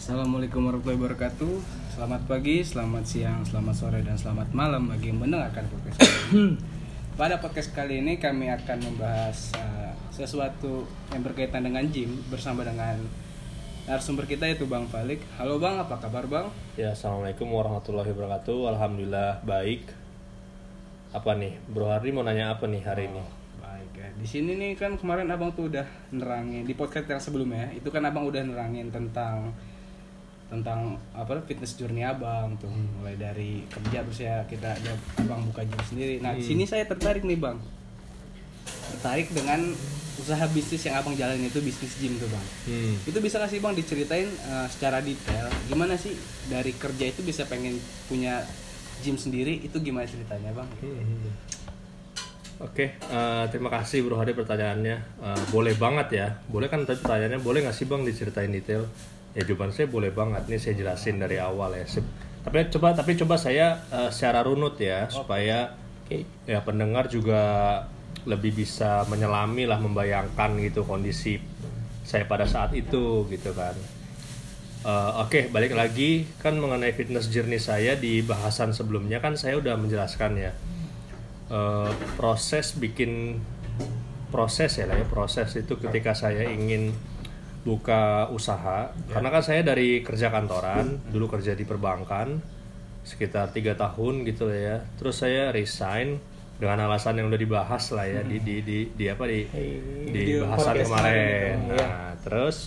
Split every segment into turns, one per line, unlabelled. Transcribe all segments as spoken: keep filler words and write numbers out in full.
Assalamualaikum warahmatullahi wabarakatuh. Selamat pagi, selamat siang, selamat sore, dan selamat malam bagi yang mendengarkan podcast kali. Pada podcast kali ini kami akan membahas uh, sesuatu yang berkaitan dengan gym bersama dengan narasumber kita yaitu Bang Falik. Halo Bang, apa kabar Bang?
Ya, assalamualaikum warahmatullahi wabarakatuh. Alhamdulillah baik. Apa nih, Bro Hardi mau nanya apa nih hari ini?
Baik ya. Di sini nih kan kemarin Abang tuh udah nerangin di podcast yang sebelumnya. Itu kan Abang udah nerangin tentang tentang apa fitness journey Abang tuh, hmm. mulai dari kerja terus ya kita ada Abang buka gym sendiri. Nah, hmm. di sini saya tertarik nih Bang. Tertarik dengan usaha bisnis yang Abang jalanin itu bisnis gym tuh Bang. Hmm. Itu bisa nggak sih Bang diceritain uh, secara detail gimana sih dari kerja itu bisa pengen punya gym sendiri, itu gimana ceritanya Bang? Hmm.
Oke, okay, uh, terima kasih Bro Hadi pertanyaannya. Uh, boleh banget ya. Boleh kan tadi pertanyaannya, boleh nggak sih Bang diceritain detail? Ya jawaban saya boleh banget. Ini saya jelasin dari awal ya. Tapi coba tapi coba saya uh, secara runut ya, okay. supaya okay. ya pendengar juga lebih bisa menyelami lah, membayangkan gitu kondisi saya pada saat itu gitu kan. Uh, Oke, okay, balik lagi kan mengenai fitness journey saya di bahasan sebelumnya kan saya udah menjelaskan ya. Uh, proses bikin proses ya lah ya proses itu ketika saya ingin buka usaha, yeah. karena kan saya dari kerja kantoran, dulu kerja di perbankan sekitar tiga tahun gitu ya. Terus saya resign dengan alasan yang udah dibahas lah ya, hmm. di, di di di apa di hey, di bahasan kemarin. Gitu. Nah, yeah. terus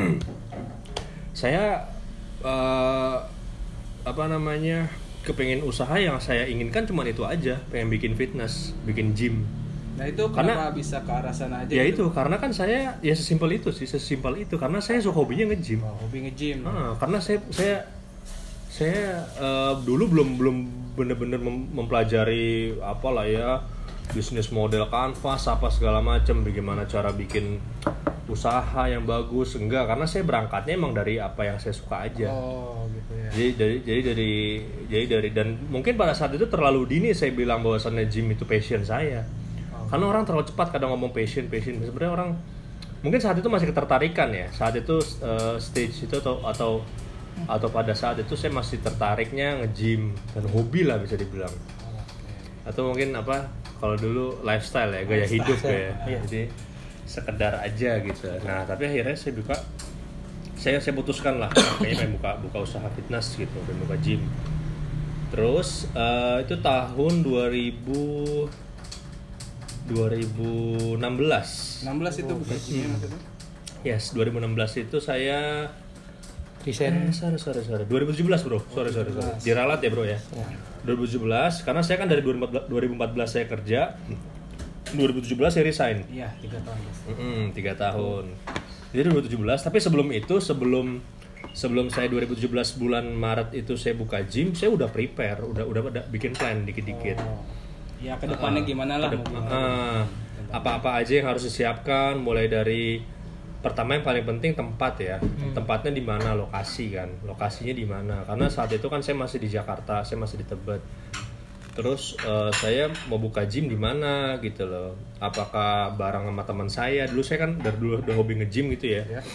saya uh, apa namanya kepengen usaha yang saya inginkan cuma itu aja, pengen bikin fitness, bikin gym.
Nah itu kenapa karena, bisa ke arah sana aja?
Ya gitu? itu karena kan saya ya sesimpel itu sih, sesimpel itu karena saya suka hobinya nge-gym.
Oh, hobi nge-gym.
Ah, karena saya saya saya uh, dulu belum belum benar-benar mem- mempelajari apalah ya bisnis model kanvas apa segala macam, bagaimana cara bikin usaha yang bagus, enggak, karena saya berangkatnya emang dari apa yang saya suka aja.
Oh, gitu ya.
Jadi dari jadi dari jadi dari dan mungkin pada saat itu terlalu dini saya bilang bahwasannya gym itu passion saya. Karena orang terlalu cepat kadang ngomong passion, passion. Sebenarnya orang mungkin saat itu masih ketertarikan ya. Saat itu uh, stage itu atau atau atau pada saat itu saya masih tertariknya nge-gym dan hobi lah bisa dibilang. Atau mungkin apa kalau dulu lifestyle ya, gaya lifestyle. hidup ya. ya. Jadi sekedar aja gitu. Nah, tapi akhirnya saya buka saya saya putuskan lah kayaknya pengen buka buka usaha fitness gitu, pengen buka gym. Terus uh, itu tahun dua ribu dua ribu enam belas
enam belas itu bukan gym maksudnya?
Yes, dua ribu enam belas itu saya
desain
eh, sorry sorry sorry dua ribu tujuh belas bro, sorry sorry sorry diralat ya bro ya. dua ribu tujuh belas karena saya kan dari dua ribu empat belas saya kerja, dua ribu tujuh belas saya resign.
Iya, tiga tahun.
Mm-hmm, tiga tahun. Jadi dua ribu tujuh belas, tapi sebelum itu sebelum sebelum saya dua ribu tujuh belas bulan Maret itu saya buka gym, saya udah prepare, udah udah, udah bikin plan dikit-dikit.
Oh. Ya kedepannya uh, gimana lah
kedep- uh, apa-apa aja yang harus disiapkan, mulai dari pertama yang paling penting tempat ya, hmm. tempatnya di mana, lokasi kan, lokasinya di mana, karena saat itu kan saya masih di Jakarta, saya masih di Tebet. Terus uh, saya mau buka gym di mana gitu loh, apakah bareng sama teman saya, dulu saya kan dari dulu udah hobi nge-gym gitu ya, ya.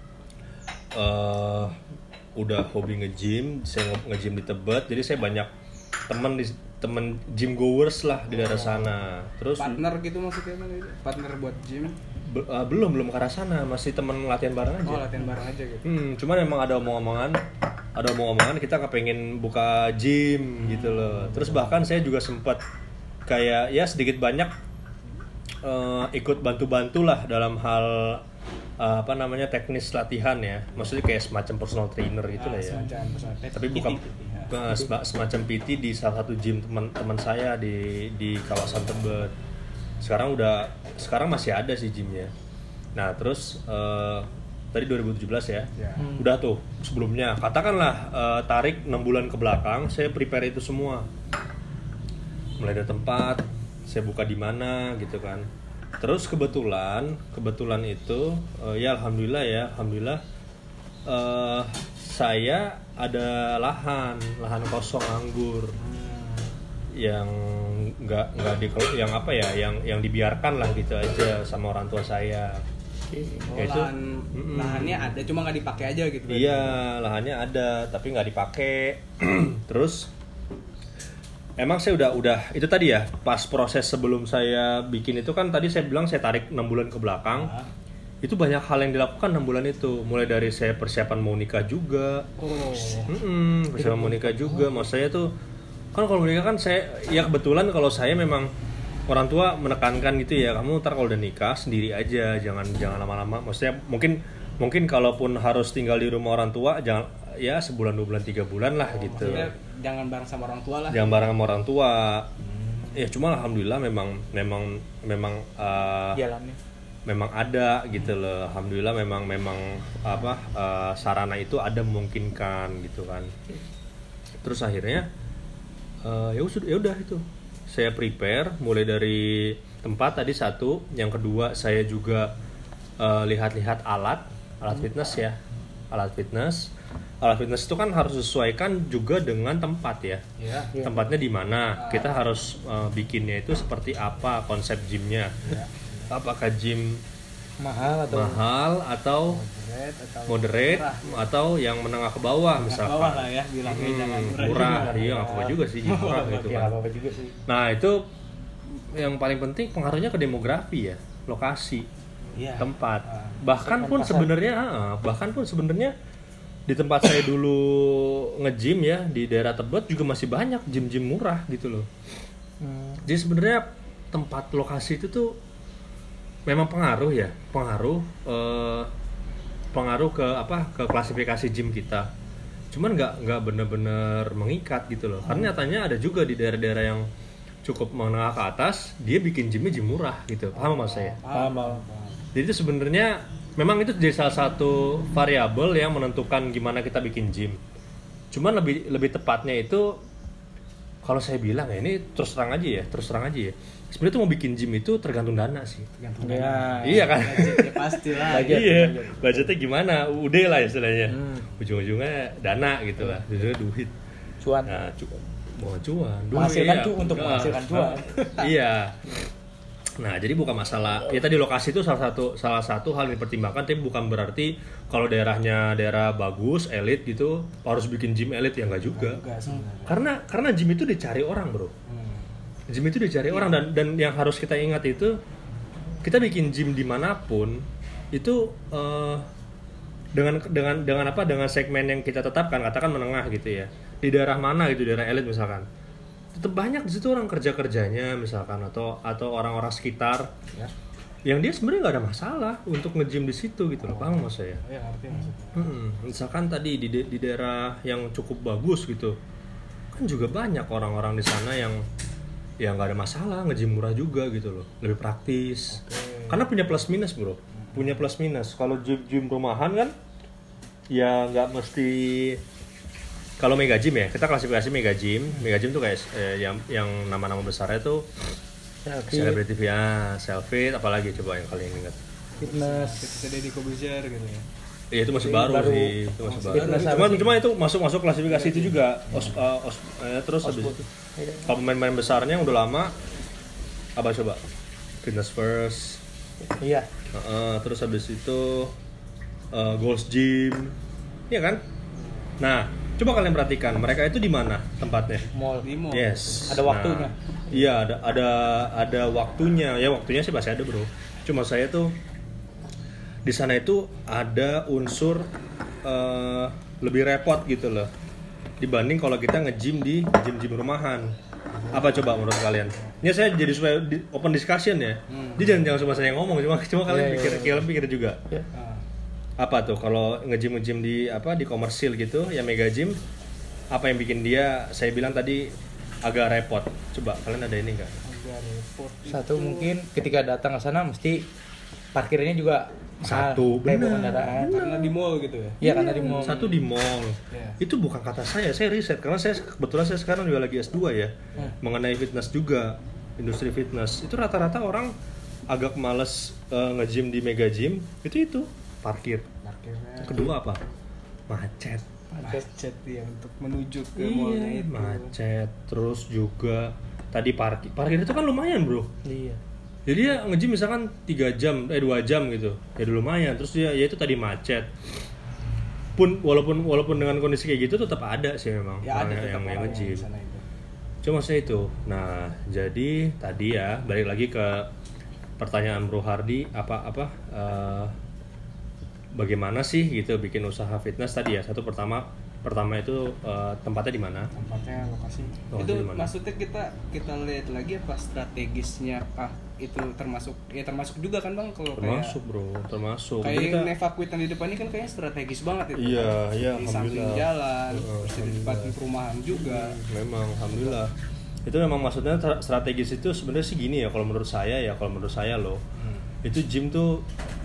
Uh, udah hobi nge-gym, saya nge-gym di Tebet, jadi saya banyak teman di temen gym goers lah di daerah sana. Terus
partner gitu maksudnya, partner buat gym?
Be- uh, belum belum ke arah sana, masih temen latihan bareng aja.
Oh, latihan bareng aja gitu.
Hmm, cuman emang ada omong-omongan, ada omong-omongan kita kepengen buka gym gitu loh. Terus bahkan saya juga sempat kayak ya sedikit banyak uh, ikut bantu-bantu lah dalam hal uh, apa namanya teknis latihan ya. Maksudnya kayak semacam personal trainer gitu ah, lah ya.
Semacam personal trainer.
Tapi bukan Nah, semacam P T di salah satu gym teman-teman saya di di kawasan Tebet. Sekarang udah sekarang masih ada sih gymnya. Nah, terus uh, tadi dua ribu tujuh belas ya. Yeah. Hmm. Udah tuh sebelumnya katakanlah uh, tarik enam bulan ke belakang saya prepare itu semua. Mulai dari tempat, saya buka di mana gitu kan. Terus kebetulan, kebetulan itu uh, ya alhamdulillah ya, alhamdulillah uh, saya ada lahan, lahan kosong anggur yang nggak nggak di yang apa ya, yang yang dibiarkan lah gitu aja sama orang tua saya.
Oh,
Ya itu,
lahan,
mm-mm.
lahannya ada cuma nggak dipakai aja gitu. berarti.
Iya, lahannya ada tapi nggak dipakai. Terus emang saya udah udah itu tadi ya, pas proses sebelum saya bikin itu kan tadi saya bilang saya tarik enam bulan ke belakang.
Ah.
Itu banyak hal yang dilakukan enam bulan itu. Mulai dari saya persiapan mau nikah juga.
Oh.
Mm-mm, persiapan mau nikah juga. Maksud saya tuh kan kalau mau nikah kan saya ya kebetulan kalau saya memang orang tua menekankan gitu ya, kamu ntar kalau udah nikah sendiri aja, jangan jangan lama-lama. Maksudnya mungkin mungkin kalaupun harus tinggal di rumah orang tua jangan ya sebulan dua bulan tiga bulan lah
Oh,
gitu.
maksudnya jangan bareng sama orang tua lah.
Jangan bareng sama orang tua. Hmm. Ya cuma alhamdulillah memang memang memang uh,
jalannya
memang ada gitu loh. Alhamdulillah memang memang apa uh, sarana itu ada memungkinkan gitu kan. Terus akhirnya uh, ya udah ya udah itu. Saya prepare mulai dari tempat tadi satu, yang kedua saya juga uh, lihat-lihat alat, alat fitness ya. Alat fitness. Alat fitness itu kan harus sesuaikan juga dengan tempat ya.
Ya.
Tempatnya di mana? Kita harus uh, bikinnya itu seperti apa konsep gymnya.
Ya.
Apakah gym
mahal atau
mahal atau
Moderate atau
moderate
murah.
atau yang menengah ke bawah
Menengah
misalkan.
ke bawah lah ya, bilangnya
Hmm,
jangan murah
murah,
juga.
iya nggak apa-apa juga sih gym murah gitu
ya
kan.
apa-apa juga sih.
Nah itu yang paling penting pengaruhnya ke demografi ya, lokasi,
Iya.
tempat.
Ah.
Bahkan pun
pasar.
sebenarnya, ah, bahkan pun sebenarnya di tempat saya dulu nge-gym ya di daerah Tebet juga masih banyak gym-gym murah gitu loh.
Hmm.
Jadi sebenarnya tempat lokasi itu tuh memang pengaruh ya, pengaruh eh, pengaruh ke apa ke klasifikasi gym kita. Cuman nggak nggak benar-benar mengikat gitu loh. Karena nyatanya ada juga di daerah-daerah yang cukup menengah ke atas, dia bikin gymnya gym murah gitu. Paham mas saya?
Paham, paham.
Jadi itu sebenarnya memang itu jadi salah satu variabel yang menentukan gimana kita bikin gym. Cuman lebih lebih tepatnya itu kalau saya bilang ya ini terus terang aja ya, terus terang aja ya. Sebenarnya tuh mau bikin gym itu tergantung dana sih.
Tergantung
Ya.
dana.
Iya kan?
Budgetnya pasti lah.
Budget.
Iya, budgetnya gimana? Udah lah istilahnya.
Hmm.
Ujung-ujungnya dana gitu lah, ujungnya duit.
Cuan.
Nah, cu mau cuan, duit.
Menghasilkan
iya.
cu- untuk
Nah,
menghasilkan cuan.
Iya. Nah, jadi bukan masalah. Ya tadi lokasi itu salah satu salah satu hal yang dipertimbangkan, tapi bukan berarti kalau daerahnya daerah bagus, elit gitu, harus bikin gym elit ya enggak juga.
Enggak sebenarnya.
Karena karena gym itu dicari orang, Bro.
Hmm.
Gym itu dicari orang dan dan yang harus kita ingat itu kita bikin gym dimanapun itu eh, dengan dengan dengan apa dengan segmen yang kita tetapkan, katakan menengah gitu ya, di daerah mana gitu, daerah elit misalkan, tetap banyak di situ orang kerja kerjanya misalkan atau atau orang-orang sekitar
Ya.
yang dia sebenarnya nggak ada masalah untuk nge-gym di situ gitu loh, paham mas saya?
Oh, ya ngerti maksudnya.
Hmm, misalkan tadi di di daerah yang cukup bagus gitu kan juga banyak orang-orang di sana yang ya nggak ada masalah nge-gym murah juga gitu loh, lebih praktis.
Oke.
Karena punya plus minus bro, punya plus minus. Kalau gym-gym rumahan kan ya nggak mesti. Kalau mega gym ya, kita klasifikasi mega gym. Mega gym tuh kayak eh, yang yang nama-nama besarnya tuh
Selfie,
selebritif ya, selfie, apalagi coba yang kalian ingat.
fitness.
Ketika Deddy Kobuzier gitu ya.
Iya itu masih
Ini
baru,
baru
sih, itu masih baru.
fitness
Cuma
apa sih?
cuma itu masuk masuk klasifikasi itu juga. Os, uh, os, eh, terus habis
Iya.
kalau pemain-pemain besarnya yang udah lama apa coba? Fitness First.
Iya.
Uh, terus habis itu uh, Gold's Gym. Iya kan? Nah, coba kalian perhatikan mereka itu di mana tempatnya?
Mall.
Di mall.
Yes.
Ada waktunya.
Nah, iya, ada ada ada waktunya. Ya waktunya sih pasti ada, Bro. Cuma saya tuh di sana itu ada unsur eh, lebih repot gitu loh. Dibanding kalau kita nge-gym di gym-gym rumahan. Apa coba menurut kalian? Ini saya jadi supaya di- open discussion ya.
Hmm.
Jadi jangan jangan cuma saya yang ngomong, cuma cuma kalian
Iya, iya,
pikir,
iya.
kalian pikir juga.
Ya.
Ah.
Apa tuh kalau nge-gym nge-gym di apa di komersil gitu, ya mega gym, apa yang bikin dia saya bilang tadi agak repot. Coba kalian ada ini enggak?
Agak repot.
Satu
itu.
mungkin ketika datang ke sana mesti parkirnya juga mahal.
Satu,
Kayak bawa
benar.
kendaraan.
Karena di mall gitu ya.
Iya karena di mall.
Satu di mall.
Iya.
Itu bukan kata saya, saya riset karena saya kebetulan saya sekarang juga lagi S dua ya.
Hmm.
Mengenai fitness juga, industri fitness. Itu rata-rata orang agak males eh, nge-gym di mega gym. Itu itu parkir.
Parkirnya
Kedua apa? Macet.
macet ya untuk menuju ke
Iya,
mallnya itu.
macet. Terus juga tadi parkir. Parkir itu kan lumayan, Bro.
Iya.
Jadi ya nge-gym misalkan tiga jam, eh dua jam gitu. Ya udah lumayan. Terus dia ya itu tadi macet. Pun walaupun walaupun dengan kondisi kayak gitu tetap ada sih memang
Ya ada
orang
tetap
yang
orang
yang
yang
nge-gym.
di sana itu.
Cuma saya itu. Nah, jadi tadi ya balik lagi ke pertanyaan Bro Hardi apa apa uh, bagaimana sih gitu bikin usaha fitness tadi ya. Satu pertama pertama itu uh, tempatnya di mana?
Tempatnya lokasi.
Lokasi
Itu
di mana?
maksudnya kita kita lihat lagi apa strategisnya kah itu termasuk ya termasuk juga kan Bang kalau
Termasuk, Bro, termasuk.
kayak
Jadi
kayak
kita-
Nevakuit yang di depan ini kan kayaknya strategis banget itu.
Iya,
kan.
iya,
Di samping
alhamdulillah.
jalan,
Heeh,
terus di depan
alhamdulillah.
perumahan juga.
Memang alhamdulillah. Itu memang maksudnya tra- strategis itu sebenarnya sih gini ya kalau menurut saya ya kalau menurut saya loh.
Hmm.
Itu gym tuh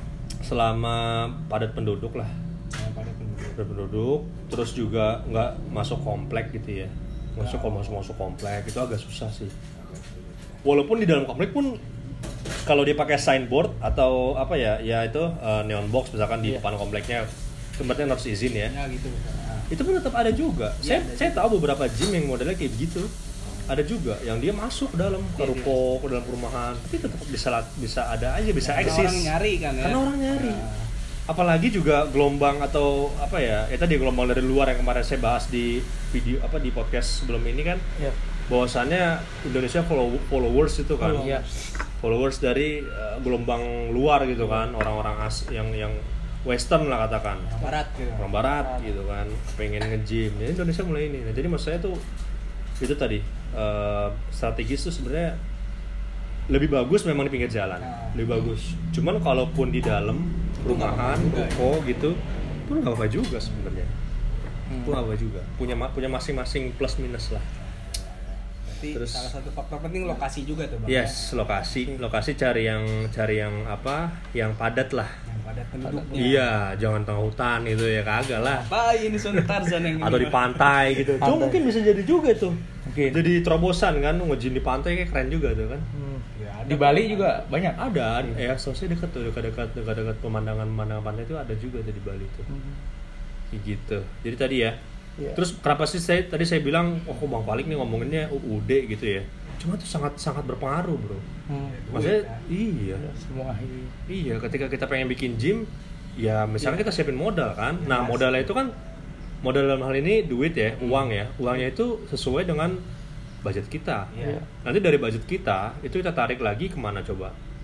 selama padat penduduk lah.
Yang pada penduduk.
Padat penduduk terus juga nggak masuk komplek gitu ya. Masuk kalau masuk masuk komplek itu agak susah sih. Walaupun di dalam komplek pun kalau dia pakai signboard atau apa ya ya itu uh, neon box misalkan di
Iya.
depan kompleknya tempatnya harus izin ya.
Ya gitu. Nah,
Itu pun tetap ada juga.
Iya,
saya
ada
saya tahu beberapa gym yang modelnya kayak begitu. Ada juga yang dia masuk ke dalam ke
Iya,
ruko, ke dalam perumahan, tapi tetap bisa bisa ada aja bisa
karena
eksis.
orang nyari kan ya.
Karena orang nyari.
Nah,
Apalagi juga gelombang atau apa ya? Ya tadi gelombang dari luar yang kemarin saya bahas di video apa di podcast sebelum ini kan.
Iya.
Bahwasannya Indonesia follow, followers itu kan.
Iya.
Followers dari uh, gelombang luar gitu kan, orang-orang as yang yang western lah katakan.
orang barat gitu.
Orang barat gitu kan pengen nge-gym ya Indonesia mulai ini nah, jadi maksud saya tuh itu tadi uh, strategis tuh sebenarnya lebih bagus memang di pinggir jalan
Nah.
lebih bagus cuman kalaupun di dalam perumahan
Itu nggak apa-apa
ruko gitu itu nggak apa juga sebenarnya
Hmm.
itu nggak apa juga punya ma- punya masing-masing plus minus lah.
Berarti
Terus-
salah satu faktor penting lokasi juga tuh Bang. ya.
Yes, lokasi lokasi cari yang cari yang apa yang padat lah.
Yang padat penduduknya.
Iya, jangan tengah hutan itu ya kagak lah.
Apa ini Son Tarzan yang
Atau
ini,
di
Bang?
pantai gitu. Cuma
Pantai.
mungkin bisa jadi juga tuh.
Mungkin.
Jadi terobosan kan nge-gym di pantai kayak keren juga tuh kan.
Hmm.
Ya, ada
Di Bali juga banyak.
Ada, ya sosnya dekat tuh, dekat-dekat dekat-dekat pemandangan-pemandangan pantai itu ada juga tuh di Bali tuh. Kayak gitu. Jadi tadi ya.
Iya.
Terus kenapa sih saya tadi saya bilang, oh kok Bang Falik nih ngomonginnya U U D gitu ya. Cuma itu sangat sangat berpengaruh, Bro.
Hmm.
Maksudnya
ya.
iya.
Semua ini.
Iya, ketika kita pengen bikin gym, ya misalnya kita siapin modal kan. Nah, modalnya itu kan modal dalam hal ini duit ya, uang ya. Uangnya itu sesuai dengan budget kita.
Iya.
Nanti dari budget kita itu kita tarik lagi kemana coba?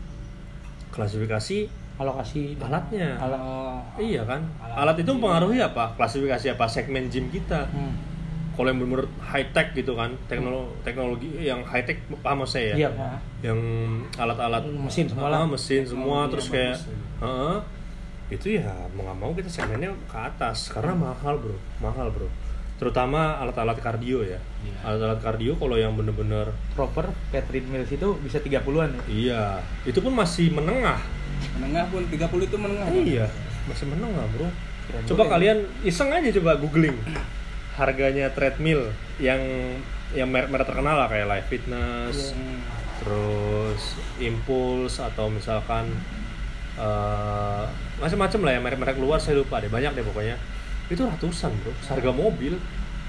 Klasifikasi
Alokasi
alatnya.
Alat.
Oh,
Iya kan?
Alat
Alat itu mempengaruhi apa? Klasifikasi apa? Segmen gym kita.
Hmm.
Kalau yang benar high tech gitu kan, teknologi teknologi yang high tech paham saya ya.
Iya, Pak.
Yang alat-alat
Mesin semua lah.
Ah, mesin semua
Teknologi
terus
yang
kayak
bagus,
heeh. Itu ya mau nggak mau kita segmennya ke atas karena mahal bro, mahal bro. Terutama alat-alat kardio ya.
Iya.
Alat-alat kardio kalau yang bener-bener
Proper Catherine Mills itu bisa tiga puluhan ya.
iya, itu pun masih menengah.
menengah pun tiga puluh itu menengah. Bang.
Iya, masih menengah bro.
Keren
Coba
banget.
kalian iseng aja coba googling harganya treadmill yang yang merek-merek terkenal lah kayak Life Fitness,
Hmm.
terus Impulse atau misalkan eh, macam-macam lah ya merek-merek luar saya lupa deh banyak deh pokoknya itu ratusan bro harga mobil.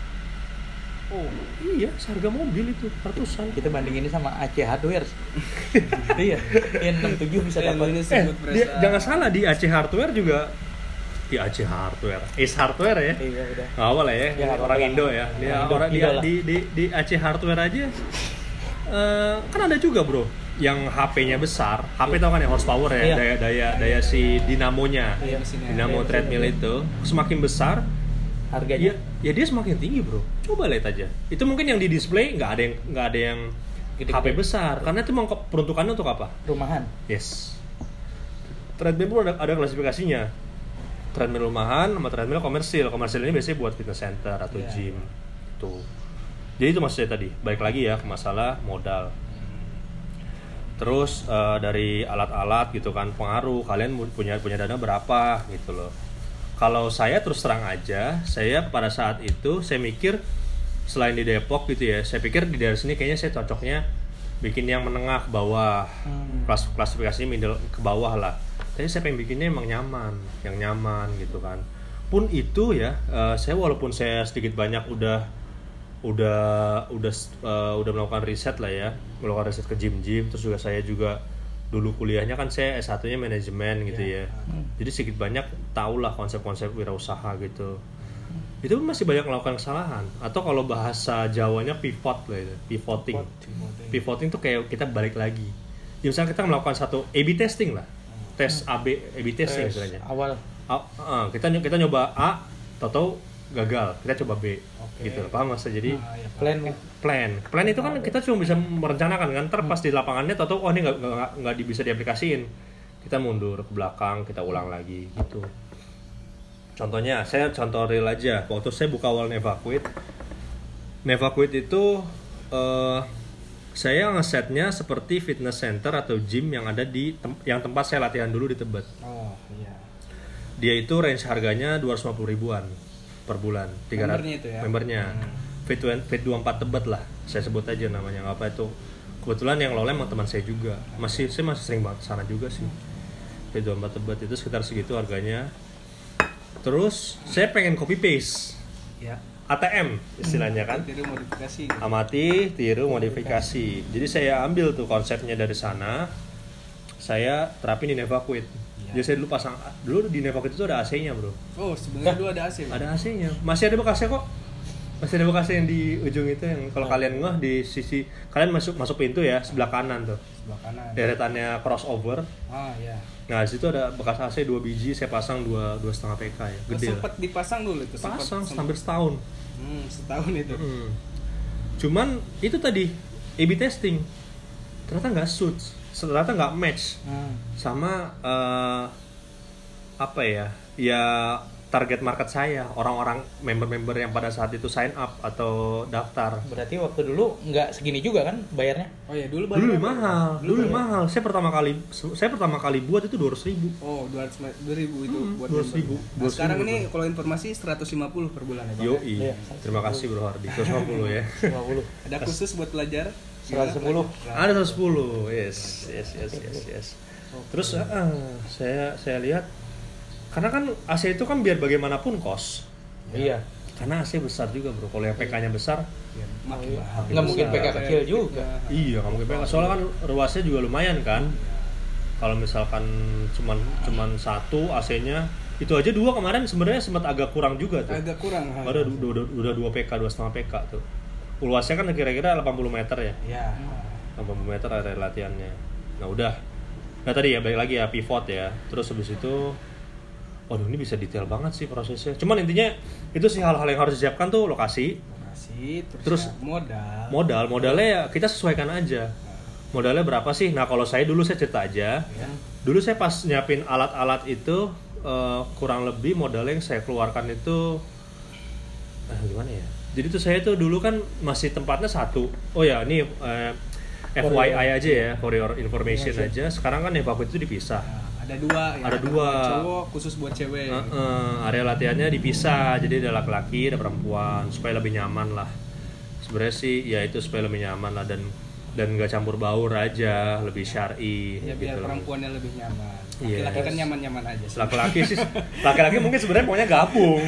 Oh iya harga mobil itu ratusan.
Kita bandingin sama A C Hardware. Iya, yang enam puluh tujuh bisa
Eh,
dapat.
lu ini
Eh,
sebut
dia,
berasa-
jangan salah di A C Hardware juga di A C Hardware, Ace Hardware ya.
Iya, udah.
Nggak apa lah ya,
Ya, nggak
orang
apa-apa.
Indo ya. Dia
Indo,
orang di,
Indo lah.
di, di, di A C Hardware aja eh, kan ada juga bro, yang H P-nya besar. H P tau kan ya horsepower ya,
Iya.
daya daya daya si dinamonya,
Iya, mesinnya.
dinamo
Iya,
treadmill
mesinnya.
itu semakin besar,
Harganya
ya, ya dia semakin tinggi bro. Coba lihat aja. Itu mungkin yang di display nggak ada yang nggak ada yang
Gede-gede.
H P besar, karena itu memang ke- peruntukannya untuk apa?
rumahan.
Yes. Treadmill pun ada, ada klasifikasinya. Treadmill rumahan sama treadmill komersil. Komersil ini biasanya buat fitness center atau
Iya.
gym. Tuh. Jadi itu maksud saya tadi. Balik lagi ya ke masalah modal. Terus eh, dari alat-alat gitu kan pengaruh. Kalian punya punya dana berapa gitu loh. Kalau saya terus terang aja, saya pada saat itu saya mikir selain di Depok gitu ya, saya pikir di daerah sini kayaknya saya cocoknya bikin yang menengah ke bawah.
Hmm.
Kelas klasifikasinya middle ke bawah lah. Tapi saya pengen bikinnya emang nyaman, yang nyaman gitu kan. Pun itu ya, eh, saya walaupun saya sedikit banyak udah udah udah eh, udah melakukan riset lah ya, melakukan riset ke gym-gym, terus juga saya juga dulu kuliahnya kan saya S satu-nya manajemen gitu ya.
Hmm.
Jadi sedikit banyak tahulah konsep-konsep wirausaha gitu. Itu masih banyak melakukan kesalahan. Atau kalau bahasa Jawanya pivot lah itu, pivoting.
Pivoting.
Pivoting tuh kayak kita balik lagi. Ya, misalnya kita melakukan satu A B testing lah. Tes A B A B testing
Tes
istilahnya.
awal.
Ah, ah, kita ny- kita nyoba A, tahu gagal, kita coba B.
Oke.
Gitu. Paham Mas? Jadi
Ah, ya, Pak.
Plan
plan plan itu kan kita cuma bisa merencanakan kan, ntar pas di lapangannya tahu oh ini nggak nggak nggak di- bisa diaplikasiin, kita mundur ke belakang, kita ulang lagi gitu. Contohnya saya contoh real aja, waktu saya buka awal Nevaquit Nevaquit itu eh, saya ngesetnya seperti fitness center atau gym yang ada di tem- yang tempat saya latihan dulu di Tebet.
Oh iya.
Dia itu range harganya dua ratus lima puluh ribuan per bulan. tiga ratus
Membernya itu ya?
Membernya.
Hmm.
Fit Fit dua puluh empat Tebet lah. Saya sebut aja namanya nggak apa itu. Kebetulan yang lola emang teman saya juga. Masih saya masih sering banget sana juga sih. Fit dua puluh empat Tebet itu sekitar segitu harganya. Terus saya pengen copy paste.
Ya.
A T M istilahnya kan.
Tiru modifikasi.
Amati, tiru, modifikasi. Jadi saya ambil tuh konsepnya dari sana. Saya terapin di Nevaquit.
Ya.
Jadi saya dulu pasang dulu di Nevaquit itu ada A C-nya, Bro.
Oh, sebenarnya dulu ada A C. Bang?
Ada A C-nya. Masih ada bekasnya kok. Masih ada bekasnya yang di ujung itu yang kalau kalian ngeh di sisi kalian masuk masuk pintu ya, sebelah kanan tuh.
Sebelah kanan.
Deretannya crossover.
Ah, ya.
Nah, di situ ada bekas A C dua biji, saya pasang dua dua setengah P K ya. Gede lah.
Sempat dipasang dulu itu. sempat-
Pasang
sempat-
hampir setahun.
Hmm, setahun itu.
Hmm. Cuman itu tadi A B testing ternyata nggak suits, ternyata nggak match
Hmm.
sama eh, apa ya ya target market saya, orang-orang member-member yang pada saat itu sign up atau daftar.
Berarti waktu dulu nggak segini juga kan bayarnya?
Oh ya, dulu
Dulu lebih
berapa?
mahal, dulu lebih
berapa?
mahal. Saya pertama kali saya pertama kali buat itu dua ratus ribu.
Oh, dua ratus ribu itu
Hmm,
buat
dua ratus ribu.
member.
dua ratus
Nah, sekarang
ribu.
ini kalau informasi seratus lima puluh per bulan ya, Bang?
Yoi,
Iya.
terima kasih Bro Hardi, seratus lima puluh ya.
lima puluh.
Ada khusus buat pelajar?
seratus sepuluh.
Ada seratus sepuluh, yes, yes, yes, yes, yes. Terus uh, saya saya lihat karena kan A C itu kan biar bagaimanapun kos.
Iya.
Karena A C besar juga bro. Kalau yang P K-nya besar,
Ya,
Oh,
makin
iya.
mahal.
Nggak mungkin P K
Besar.
kecil juga.
iya kamu P K. Soalnya kan ruasnya juga lumayan kan. Kalau misalkan cuman cuman satu A C-nya itu aja dua kemarin sebenarnya sempat agak kurang juga tuh.
Agak kurang. ha.
Udah udah udah, udah dua P K, dua setengah P K tuh. Luasnya kan kira-kira delapan puluh meter ya.
Ya.
delapan puluh meter area latihannya. Nah udah. Nah tadi ya balik lagi ya pivot ya. Terus habis itu, waduh ini bisa detail banget sih prosesnya. Cuman intinya itu sih hal-hal yang harus disiapkan tuh lokasi,
Lokasi, terus,
Terus
ya, modal.
modal, modalnya ya kita sesuaikan aja. Modalnya berapa sih? Nah kalau saya dulu saya cerita aja.
Ya.
Dulu saya pas nyiapin alat-alat itu eh, kurang lebih modalnya yang saya keluarkan itu, eh, gimana ya? Jadi tuh saya tuh dulu kan masih tempatnya satu. Oh ya ini eh, F Y I aja ya, for your information aja. Sekarang kan Nevaquit itu dipisah.
Nah, ada dua ya.
Ada dua.
buat cowok, khusus buat cewek.
Uh, uh, area latihannya dipisah, jadi ada laki-laki, ada perempuan, supaya lebih nyaman lah. Sebenarnya sih ya itu supaya lebih nyaman lah dan dan nggak campur baur aja, lebih syar'i.
Ya biar
gitu loh.
perempuannya lebih nyaman.
Iya.
Laki-laki kan nyaman-nyaman aja sih.
Laki-laki sih, laki-laki mungkin sebenarnya maunya gabung.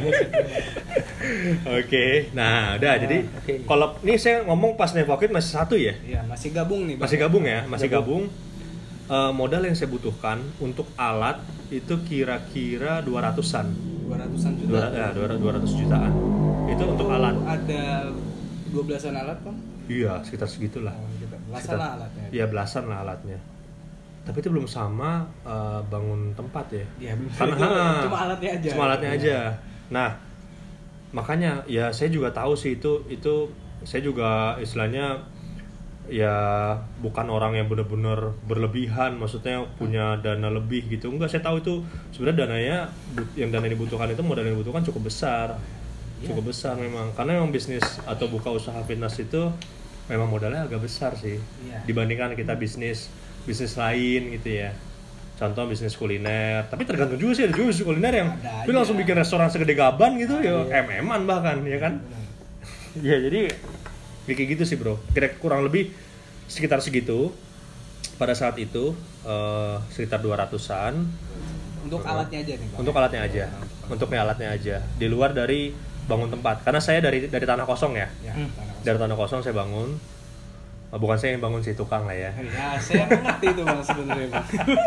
Oke, nah udah jadi
oke.
kalau ini saya ngomong pas Nevaquit masih satu ya,
Iya, masih gabung nih, Bang.
masih gabung ya, masih gabung. Eh, modal yang saya butuhkan untuk alat itu kira-kira dua ratusan,
dua ratusan juta.
dua ya, dua ratus jutaan. Itu untuk alat.
Ada dua belasan alat, Bang?
Iya, sekitar segitulah.
Oh, gitu. Belasan
Sekitar-
lah alatnya.
Iya belasan lah alatnya. Tapi itu belum sama eh, bangun tempat ya.
Iya, belum.
Karena
Itu
ha,
cuma alatnya aja.
Cuma alatnya
Iya.
aja. Nah, makanya ya saya juga tahu sih itu itu saya juga istilahnya ya bukan orang yang benar-benar berlebihan, maksudnya punya dana lebih gitu. Enggak, saya tahu itu sebenarnya dananya but- yang dana yang dibutuhkan itu modal yang dibutuhkan cukup besar. Cukup besar memang. Karena memang bisnis atau buka usaha fitness itu memang modalnya agak besar sih.
Iya.
Dibandingkan kita bisnis bisnis lain gitu ya. Contoh bisnis kuliner, tapi tergantung juga sih, ada juga bisnis kuliner yang
Ada
tapi
aja.
langsung bikin restoran segede gaban gitu ya, em eman bahkan ya kan. Ya jadi ya kayak gitu sih bro, kira kurang lebih sekitar segitu pada saat itu eh, sekitar dua ratusan
Untuk alatnya aja nih, Bang.
untuk alatnya aja, untuk alatnya aja di luar dari bangun tempat, karena saya dari dari tanah kosong ya,
Ya,
Hmm.
tanah kosong.
dari tanah kosong saya bangun. Oh, bukan saya yang bangun si tukang lah ya.
Ya, saya ngerti itu Bang sebenarnya Bang.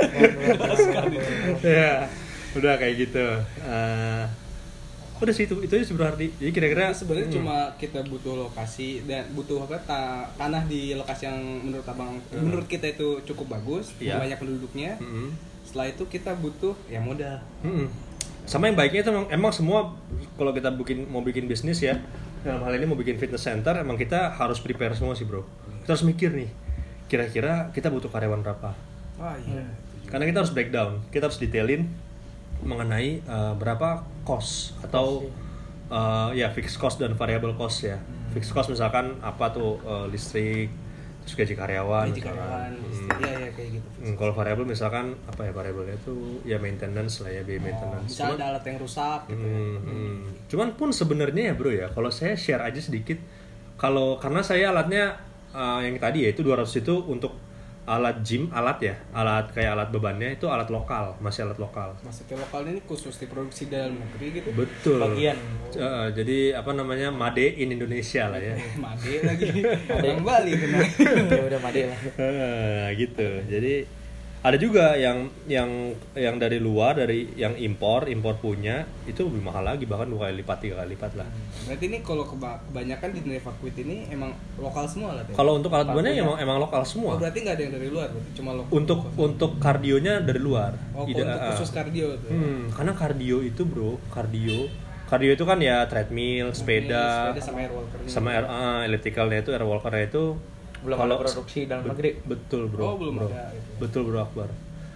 Ya, udah kayak gitu. Uh, udah sih itu itu aja berarti. Jadi kira-kira
Jadi sebenarnya
hmm.
cuma kita butuh lokasi dan butuh apa ta- tanah di lokasi yang menurut Abang
Hmm.
menurut kita itu cukup bagus,
Iya.
banyak penduduknya.
Hmm.
Setelah itu kita butuh ya modal.
Hmm. Sama yang baiknya itu emang, emang semua kalau kita bikin mau bikin bisnis ya, dalam hal ini mau bikin fitness center, emang kita harus prepare semua sih bro. Kita harus mikir nih, kira-kira kita butuh karyawan berapa?
Wah iya.
Karena kita harus breakdown, kita harus detailin mengenai uh, berapa cost atau uh, ya fixed cost dan variable cost ya.
Hmm.
Fixed cost misalkan apa tuh uh, listrik, terus gaji karyawan.
Gaji karyawan,
Hmm.
iya ya kayak gitu.
Hmm, kalau variable misalkan apa ya variabelnya itu ya maintenance lah ya biaya maintenance.
Bisa
Cuman-
ada alat yang rusak gitu. ya.
Hmm, hmm. Cuman pun sebenarnya ya bro ya, kalau saya share aja sedikit, kalau karena saya alatnya uh, yang tadi ya itu dua ratus itu untuk alat gym, alat ya, alat kayak alat bebannya itu alat lokal, masih alat lokal.
Maksudnya lokal ini khusus diproduksi dalam negeri gitu.
Betul.
Bagian.
Uh, jadi apa namanya Made in Indonesia lah ya.
Made lagi. Orang Bali kena.
Ya udah made lah.
Uh, gitu. Jadi ada juga yang yang yang dari luar, dari yang impor, impor punya itu lebih mahal lagi, bahkan dua kali lipat, tiga kali lipat lah.
Berarti ini kalau keba- kebanyakan di Nevaquit ini emang lokal semua lah.
Kalau untuk alat bebannya emang emang lokal
Oh,
semua.
berarti nggak ada yang dari luar, berarti cuma lokal.
Untuk untuk kardionya dari luar.
Oh,
Ida-
untuk
ah.
khusus kardio tuh.
Hmm, karena kardio itu bro, kardio, kardio itu kan ya treadmill, sepeda,
sepeda sama air walker.
sama air, ah, ellipticalnya itu, air walkernya itu
Belum
kalau-
ada produksi dalam
Bet-
negeri.
Betul bro.
Oh, belum
bro.
ada itu.
Betul bro Akbar.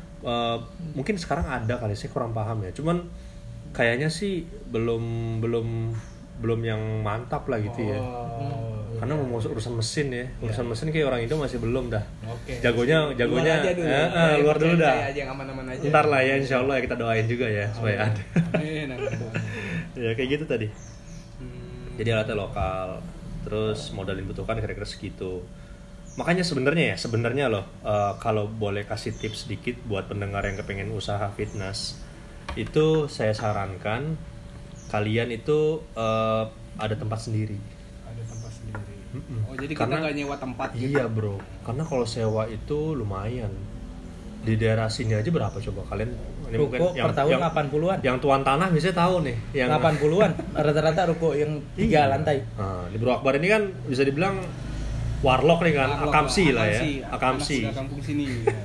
Uh, mungkin sekarang ada kali, saya kurang paham ya. Cuman kayaknya sih belum belum belum yang mantap lah gitu ya.
Oh.
Karena mau masuk urusan mesin ya, urusan mesin kayak orang Indo masih belum dah.
Oke.
Jagonya, jagonya,
Luar aja dulu.
eh, eh,
Ya,
luar dulu
percaya
dah.
aja yang aman-aman aja.
Ntar lah ya, insya Allah ya kita doain juga ya supaya
Oh,
ada.
Eh, nah, nah.
Ya kayak gitu tadi.
Hmm.
Jadi alatnya lokal, terus modal yang dibutuhkan kira-kira segitu. Makanya sebenarnya ya, sebenarnya loh, uh, kalau boleh kasih tips sedikit buat pendengar yang kepengen usaha fitness, itu saya sarankan kalian itu uh, ada tempat sendiri.
Ada tempat sendiri.
Mm-mm.
Oh, jadi
Karena-
kita nggak nyewa tempat gitu.
Iya bro, karena kalau sewa itu lumayan. Di daerah sini aja berapa coba kalian? Ini
Ruko per tahun
yang,
delapan puluhan.
yang tuan tanah biasanya tahu nih. Yang
delapan puluhan rata-rata ruko yang tiga
Iya.
lantai.
Nah, di Bro Akbar ini kan bisa dibilang warlock nih kan,
Warlock,
akamsi lah ya,
akamsi.
akamsi.
Anak kampung sini.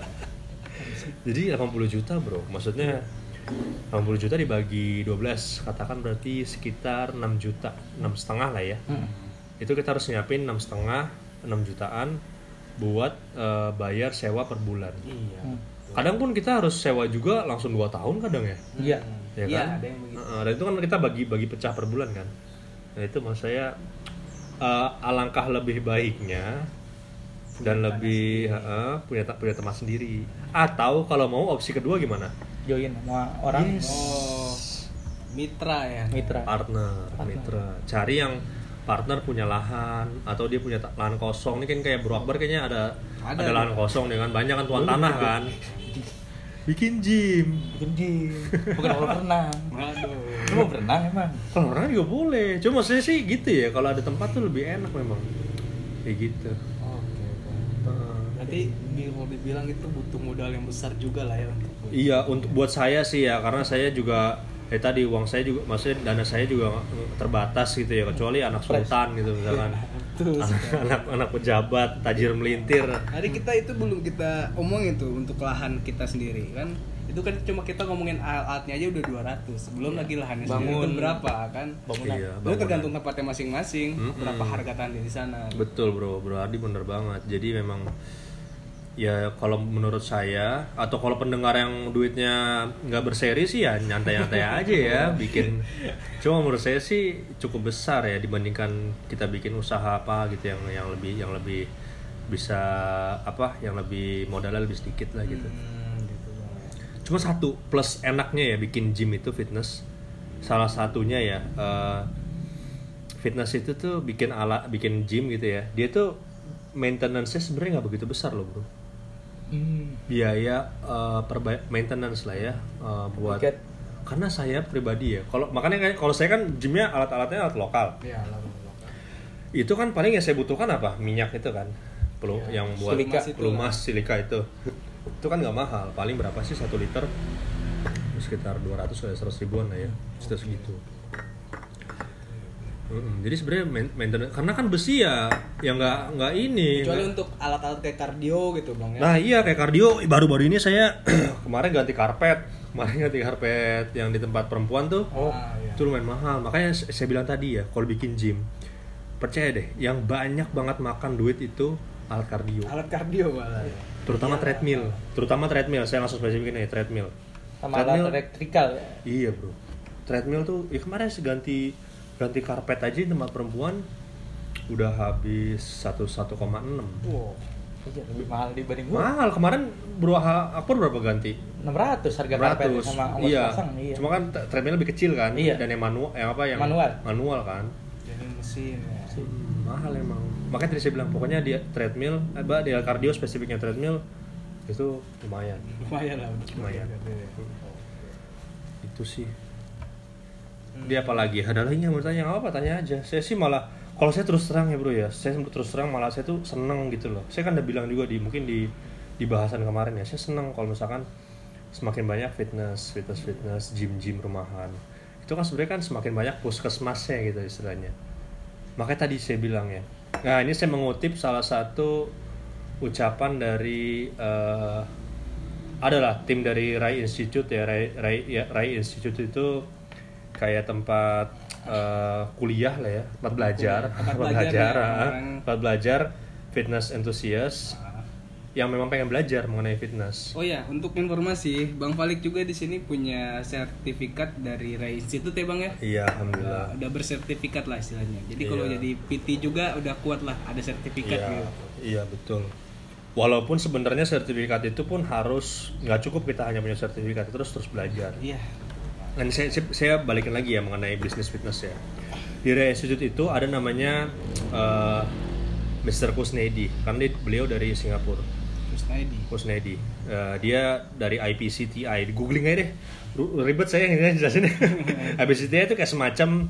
Jadi delapan puluh juta bro, maksudnya delapan puluh juta dibagi dua belas, katakan berarti sekitar enam juta, enam setengah lah ya.
Hmm.
Itu kita harus nyiapin enam setengah, enam jutaan buat eh, bayar sewa per bulan.
Iya.
Hmm.
Kadang pun kita harus sewa juga langsung dua tahun kadang ya.
Iya.
Ya
Iya,
kan?
ada yang begitu.
Heeh, dan itu kan kita bagi-bagi pecah per bulan kan. Nah itu maksud saya eh, alangkah lebih baiknya dan lebih heeh, punya punya tempat sendiri. Atau kalau mau opsi kedua gimana?
Join sama orang
Yes.
Oh, mitra ya.
mitra.
Partner,
Partner.
mitra. Cari yang partner punya lahan atau dia punya ta- lahan kosong. Ini kan kayak Bro Akbar kayaknya ada ada,
Ada,
lahan kosong nih kan. Banyak kan tuan tanah kan. Bikin gym.
Bikin gym. Bukan kalau berenang.
Waduh.
Lu mau berenang emang?
Kalau orang juga boleh. Cuma saya sih gitu ya. Kalau ada tempat tuh lebih enak memang. Kayak gitu.
Oke, oke. Berarti di- mau dibilang itu butuh modal yang besar juga lah ya untuk
Iya, untuk buat saya sih ya, karena saya juga eh tadi uang saya juga, maksudnya dana saya juga terbatas gitu ya, kecuali anak sultan gitu misalkan.
Betul.
anak anak pejabat, tajir melintir.
Hari kita itu belum kita omongin tuh untuk lahan kita sendiri kan. Itu kan cuma kita ngomongin alat-alatnya aja udah dua ratus. Belum lagi lahannya sendiri
Bangun.
itu berapa kan?
Bangunan.
Iya,
Itu
bangunan.
tergantung tempatnya masing-masing,
Mm-mm.
berapa harga tanah di sana.
Betul bro, bro Ardi bener banget. Jadi memang ya kalau menurut saya atau kalau pendengar yang duitnya nggak berseri sih ya nyantai-nyantai aja ya bikin. Cuma menurut saya sih cukup besar ya dibandingkan kita bikin usaha apa gitu yang yang lebih yang lebih bisa apa yang lebih modalnya lebih sedikit lah gitu.
Hmm, gitu banget.
Cuma satu plus enaknya ya bikin gym itu fitness. Salah satunya ya eh, fitness itu tuh bikin alat bikin gym gitu ya. Dia tuh maintenance-nya sebenarnya nggak begitu besar loh bro.
Hmm.
Biaya uh, perba- maintenance lah ya uh, buat
Tiket.
karena saya pribadi ya kalau makanya kayak kalau saya kan gymnya alat-alatnya alat lokal
Iya, lalu lokal.
itu kan paling yang saya butuhkan apa minyak itu kan pelu, yang buat
Silika.
pelumas silika itu itu kan nggak mahal, paling berapa sih satu liter sekitar dua ratus sampai seratus ribuan lah ya, sekitar segitu. Mm-mm. Jadi sebenarnya maintenance karena kan besi ya yang nggak nggak ini
Kecuali
nggak-
untuk alat-alat kayak kardio gitu bang ya.
Nah iya kayak kardio, baru-baru ini saya kemarin ganti karpet, kemarin ganti karpet yang di tempat perempuan tuh,
Oh,
Ah, iya.
itu lumayan mahal. Makanya s- saya bilang tadi ya, kalau bikin gym, percaya deh, yang banyak banget makan duit itu alat kardio,
Alat kardio malah. ya.
terutama treadmill, terutama treadmill. Saya langsung spesifikin nih treadmill.
sama
Treadmill-
alat elektrikal.
Iya bro, treadmill tuh, ya kemarin ganti ganti karpet aja di tempat perempuan udah habis satu satu koma enam.
Wow.
Iya, lebih mahal dibanding gua.
Mahal kemarin bro, aku berapa ganti?
enam ratus harga karpet
enam ratus.
sama ongkos
Iya.
pasang. Iya.
Cuma kan t- treadmill lebih kecil kan,
Iya.
dan yang manual, yang apa yang
Manual.
manual kan.
Jadi mesin ya.
Hmm, mahal emang. Makanya tadi saya bilang pokoknya di treadmill, apa di cardio spesifiknya treadmill itu lumayan.
Lumayan lah. untuk
Lumayan.
ya.
Itu sih. Dia apa lagi? Ada lagi yang mau tanya apa? Tanya aja. Saya sih malah kalau saya terus terang ya bro ya, saya terus terang malah saya tuh seneng gitu loh. Saya kan udah bilang juga di mungkin di di bahasan kemarin ya, saya seneng kalau misalkan semakin banyak fitness, fitness, fitness, gym, gym rumahan. Itu kan sebenarnya kan semakin banyak puskesmasnya gitu istilahnya. Makanya tadi saya bilang ya. Nah ini saya mengutip salah satu ucapan dari uh, adalah tim dari Rai Institute ya, Rai, Rai, ya, Rai Institute itu kayak tempat uh, kuliah lah ya, tempat belajar,
Tempat
tempat
belajar
belajar,
ya,
ah,
orang-
tempat belajar fitness enthusiast
Ah.
yang memang pengen belajar mengenai fitness.
Oh ya, untuk informasi, Bang Falik juga di sini punya sertifikat dari Rai Institute ya Bang ya?
Iya,
Udah,
alhamdulillah.
udah bersertifikat lah istilahnya. Jadi kalau
Iya.
jadi P T juga udah kuat lah, ada sertifikat
Iya,
gitu.
iya betul. Walaupun sebenarnya sertifikat itu pun harus nggak cukup kita hanya punya sertifikat terus terus belajar.
Iya.
Dan saya, saya, saya balikin lagi ya mengenai bisnis fitness ya. Di Rai Institute itu ada namanya uh, mister Kusnedi, kan dia, beliau dari Singapura.
Terus Naidi.
Kusnedi, uh, dia dari I P C T I, googling aja deh. Ru- Ribet saya yang jelasin. I P C T I itu kayak semacam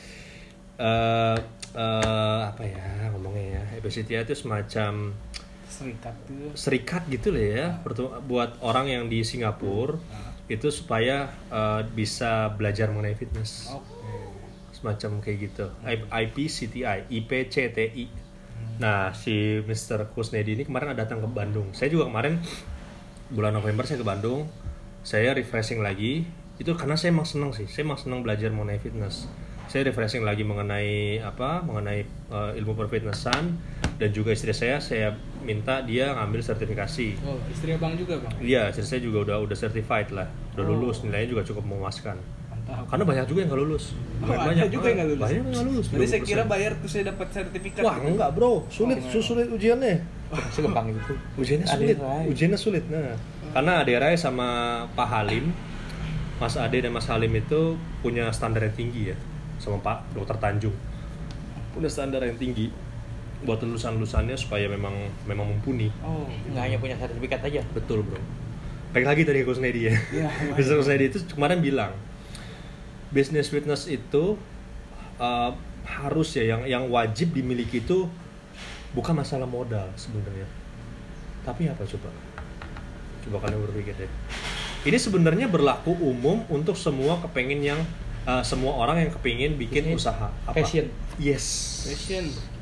uh, uh, apa ya ngomongnya ya? I P C T I itu semacam
Serikat tuh.
serikat gitu lah ya, pertu- buat orang yang di Singapura itu supaya uh, bisa belajar mengenai fitness.
Oke.
Semacam kayak gitu. I P C T I, I P C T I. Nah, si mister Kusnedi ini kemarin ada datang ke Bandung. Saya juga kemarin bulan November saya ke Bandung. Saya refreshing lagi. Itu karena saya emang senang sih. Saya emang senang belajar mengenai fitness. Saya refreshing lagi mengenai apa? Mengenai uh, ilmu perfitnessan, dan juga istri saya saya minta dia ngambil sertifikasi.
Oh, istri Abang juga Bang?
Iya, istri saya juga udah udah certified lah. Udah
Oh.
lulus, nilainya juga cukup memuaskan.
Mantap.
Karena banyak juga yang nggak lulus.
Oh,
Banyak,
ada
banyak
juga yang nggak lulus.
Banyak yang nggak lulus.
Jadi saya
dua puluh persen.
kira bayar terus saya dapat sertifikat.
Wah,
gitu.
enggak, Bro. Sulit,
Oh,
sulit ujiannya.
Segampang itu.
Ujiannya
Ade
sulit.
Rai.
Ujiannya sulit. Nah, karena Ade Rai sama Pak Halim, Mas Ade dan Mas Halim itu punya standar yang tinggi ya, sama Pak Dokter Tanjung. Punya standar yang tinggi buat lulusan-lulusannya supaya memang memang mumpuni.
Oh,
Nggak hanya punya sertifikat aja.
Betul, Bro. Baik lagi tadi Kusnedi ya.
Iya,
mister Kusnedi itu kemarin bilang, business fitness itu uh, harus ya yang yang wajib dimiliki itu bukan masalah modal sebenarnya. Tapi apa coba? Coba kalian berpikir deh. Ini sebenarnya berlaku umum untuk semua kepengen yang uh, semua orang yang kepingin bikin
Bisnis.
usaha. Apa?
Passion.
Yes.
passion.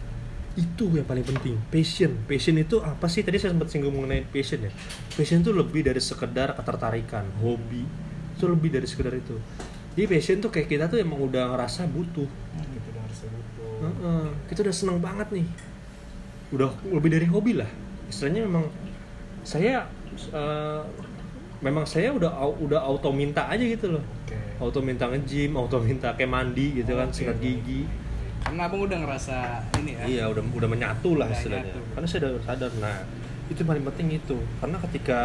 Itu yang paling penting, passion. Passion itu apa sih? Tadi saya sempat singgung mengenai passion ya. Passion itu lebih dari sekedar ketertarikan, hobi. Itu lebih dari sekedar itu. Jadi passion tuh kayak kita tuh emang udah ngerasa butuh.
Gitu udah harus butuh.
Heeh, kita udah seneng banget nih. Udah lebih dari hobi lah. Istilahnya memang saya eh, memang saya udah au- udah auto minta aja gitu loh.
Oke.
Auto minta nge-gym, auto minta kayak mandi gitu kan,
Oke,
sikat
oke.
gigi.
Karena Abang udah ngerasa ini ya.
Iya, udah udah menyatu lah
Udah
istilahnya.
nyatu.
Karena saya udah sadar. Nah, itu yang paling penting itu. Karena ketika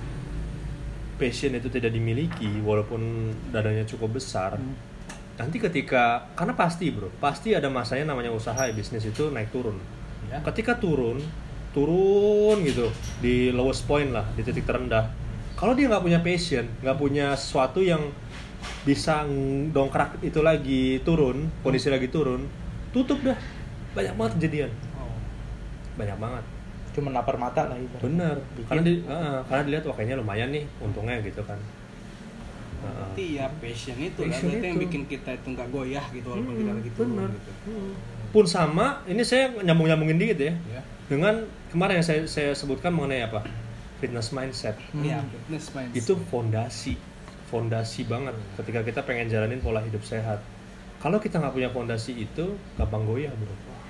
passion itu tidak dimiliki, walaupun dadanya cukup besar,
Hmm.
nanti ketika karena pasti bro, pasti ada masanya namanya usaha ya, bisnis itu naik turun.
Ya.
Ketika turun, turun gitu di lowest point lah, di titik terendah. Kalau dia nggak punya passion, nggak punya sesuatu yang bisa dongkrak itu lagi turun, kondisi lagi turun, tutup dah. Banyak banget kejadian,
Oh.
banyak banget.
cuma lapar mata lah ibaratnya.
Bener.
Bikin.
Karena di, uh, karena dilihat wah kayaknya lumayan nih untungnya gitu kan. Uh,
Berarti ya passion itu lah,
Passion
berarti yang
itu.
bikin kita itu nggak goyah gitu walaupun
Hmm,
kita lagi
bener.
turun gitu.
Pun sama, ini saya nyambung-nyambungin dikit ya.
Ya.
Dengan kemarin yang saya saya sebutkan mengenai apa? Fitness mindset.
Iya, fitness mindset.
Itu fondasi. Fondasi banget ketika kita pengen jalanin pola hidup sehat. Kalau kita nggak punya fondasi itu, gampang goyah, bro.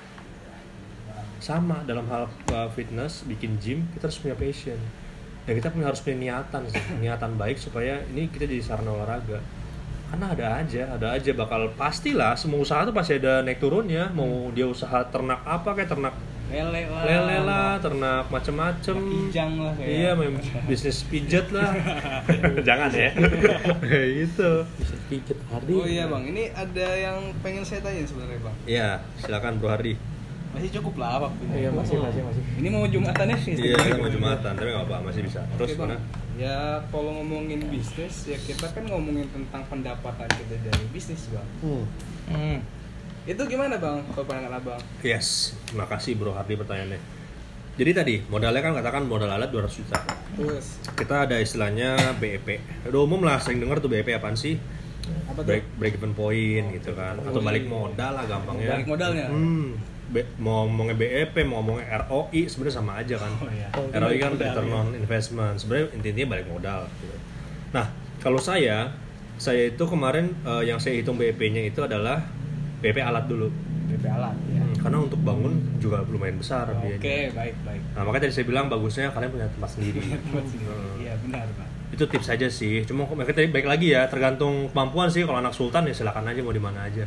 Sama dalam hal uh, fitness, bikin gym, kita harus punya passion. Dan kita punya harus punya niatan, sih. Niatan baik supaya ini kita jadi sarana olahraga. Karena ada aja, ada aja bakal pastilah semua usaha tuh pasti ada naik turunnya. Mau dia usaha ternak apa kayak ternak
lele lah,
lele lah, ternak macem-macem.
kijang lah kayak.
Iya, main bisnis pijet lah. Jangan ya. Itu.
Bisa pijet hari.
Oh iya bang, ini ada yang pengen saya tanya sebenarnya bang.
Iya, silakan Bro Hardi.
Masih cukup lah waktunya.
Iya masih masih masih.
Ini mau jumatannya sih.
Iya, kita mau jumatan, tapi nggak apa, masih bisa. Terus
Oke, Bang.
mana?
Ya kalau ngomongin bisnis ya kita kan ngomongin tentang pendapatan kita dari bisnis bang.
Hmm.
Hmm.
Itu gimana bang? Kalau pandangan abang?
Yes, terima kasih Bro Hardi pertanyaannya. Jadi tadi modalnya kan katakan modal alat dua ratus juta.
Terus
Kita ada istilahnya B E P. Udah umum lah, sering dengar tuh B E P apaan sih?
apa tuh?
Break break even point gitu kan, atau balik modal lah gampangnya.
Balik modalnya.
Hmm. B- mau ngomongnya B E P, mau ngomongnya R O I sebenarnya sama aja kan.
Oh, iya.
R O I kan
Modal,
return
ya.
on investment. Sebenarnya intinya balik modal gitu. Nah, kalau saya saya itu kemarin eh, yang saya hitung B E P-nya itu adalah B E P alat dulu.
B P alat ya.
Hmm, karena untuk bangun juga lumayan besar
Oke,
biayanya.
baik baik.
Nah, makanya tadi saya bilang bagusnya kalian punya tempat sendiri.
Tempat sendiri.
Hmm.
Iya benar bang.
Itu tips aja sih. Cuma mereka tadi baik lagi ya, tergantung kemampuan sih. Kalau anak sultan ya silakan aja mau di mana aja.